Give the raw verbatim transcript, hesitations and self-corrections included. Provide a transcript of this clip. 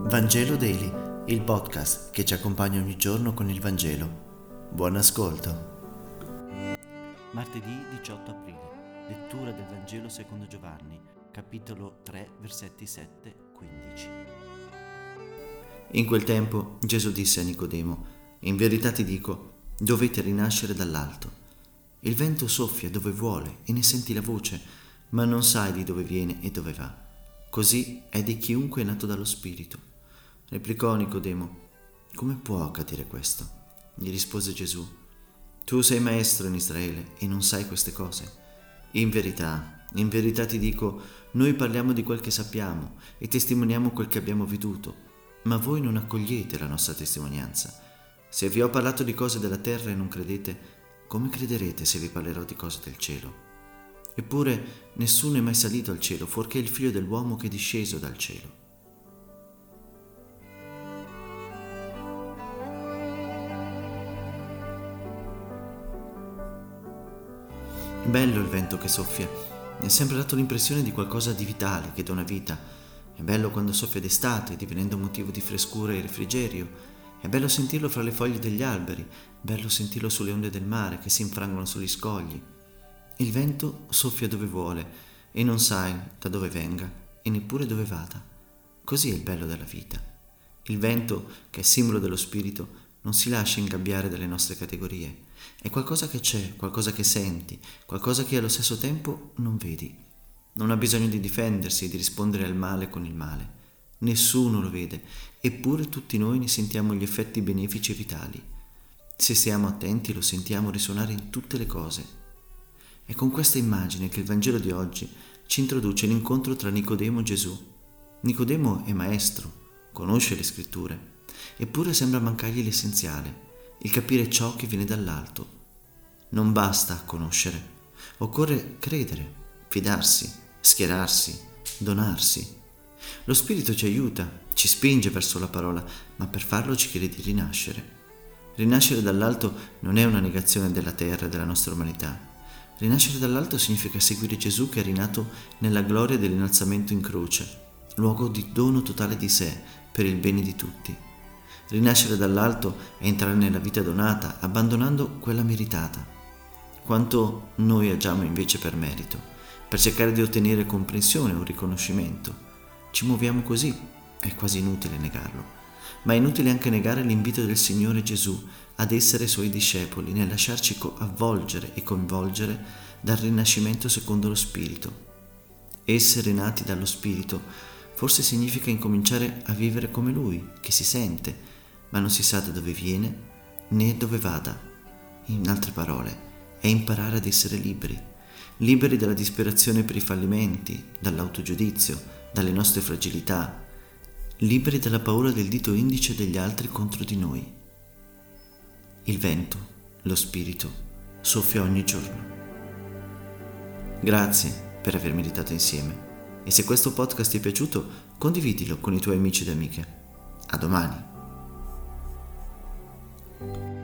Vangelo Daily, il podcast che ci accompagna ogni giorno con il Vangelo. Buon ascolto. Martedì diciotto aprile. Lettura del Vangelo secondo Giovanni, capitolo tre, versetti sette quindici. In quel tempo Gesù disse a Nicodemo: In verità ti dico, dovete rinascere dall'alto. Il vento soffia dove vuole e ne senti la voce, ma non sai di dove viene e dove va. Così è di chiunque è nato dallo Spirito. Replicò Nicodemo: Come può accadere questo? Gli rispose Gesù: Tu sei maestro in Israele e non sai queste cose? In verità, in verità ti dico, noi parliamo di quel che sappiamo e testimoniamo quel che abbiamo veduto, ma voi non accogliete la nostra testimonianza. Se vi ho parlato di cose della terra e non credete, come crederete se vi parlerò di cose del cielo? Eppure nessuno è mai salito al cielo, fuorché il Figlio dell'uomo che è disceso dal cielo. Bello il vento che soffia, mi ha sempre dato l'impressione di qualcosa di vitale che dona vita. È bello quando soffia d'estate, divenendo motivo di frescura e refrigerio. È bello sentirlo fra le foglie degli alberi, bello sentirlo sulle onde del mare che si infrangono sugli scogli. Il vento soffia dove vuole e non sai da dove venga e neppure dove vada. Così è il bello della vita. Il vento, che è simbolo dello spirito, non si lascia ingabbiare dalle nostre categorie. È qualcosa che c'è, qualcosa che senti, qualcosa che allo stesso tempo non vedi. Non ha bisogno di difendersi e di rispondere al male con il male. Nessuno lo vede, eppure tutti noi ne sentiamo gli effetti benefici e vitali. Se stiamo attenti lo sentiamo risuonare in tutte le cose. È con questa immagine che il Vangelo di oggi ci introduce l'incontro tra Nicodemo e Gesù. Nicodemo è maestro, conosce le scritture, eppure sembra mancargli l'essenziale, il capire ciò che viene dall'alto. Non basta conoscere, occorre credere, fidarsi, schierarsi, donarsi. Lo Spirito ci aiuta, ci spinge verso la parola, ma per farlo ci chiede di rinascere. Rinascere dall'alto non è una negazione della terra e della nostra umanità. Rinascere dall'alto significa seguire Gesù che è rinato nella gloria dell'innalzamento in croce, luogo di dono totale di sé per il bene di tutti. Rinascere dall'alto è entrare nella vita donata, abbandonando quella meritata. Quanto noi agiamo invece per merito, per cercare di ottenere comprensione o riconoscimento. Ci muoviamo così, è quasi inutile negarlo, ma è inutile anche negare l'invito del Signore Gesù ad essere Suoi discepoli nel lasciarci avvolgere e coinvolgere dal rinascimento secondo lo Spirito. Essere nati dallo Spirito forse significa incominciare a vivere come Lui, che si sente, ma non si sa da dove viene né dove vada. In altre parole, è imparare ad essere liberi, liberi dalla disperazione per i fallimenti, dall'autogiudizio, dalle nostre fragilità, liberi dalla paura del dito indice degli altri contro di noi. Il vento, lo spirito, soffia ogni giorno. Grazie per aver meditato insieme e se questo podcast ti è piaciuto, condividilo con i tuoi amici ed amiche. A domani.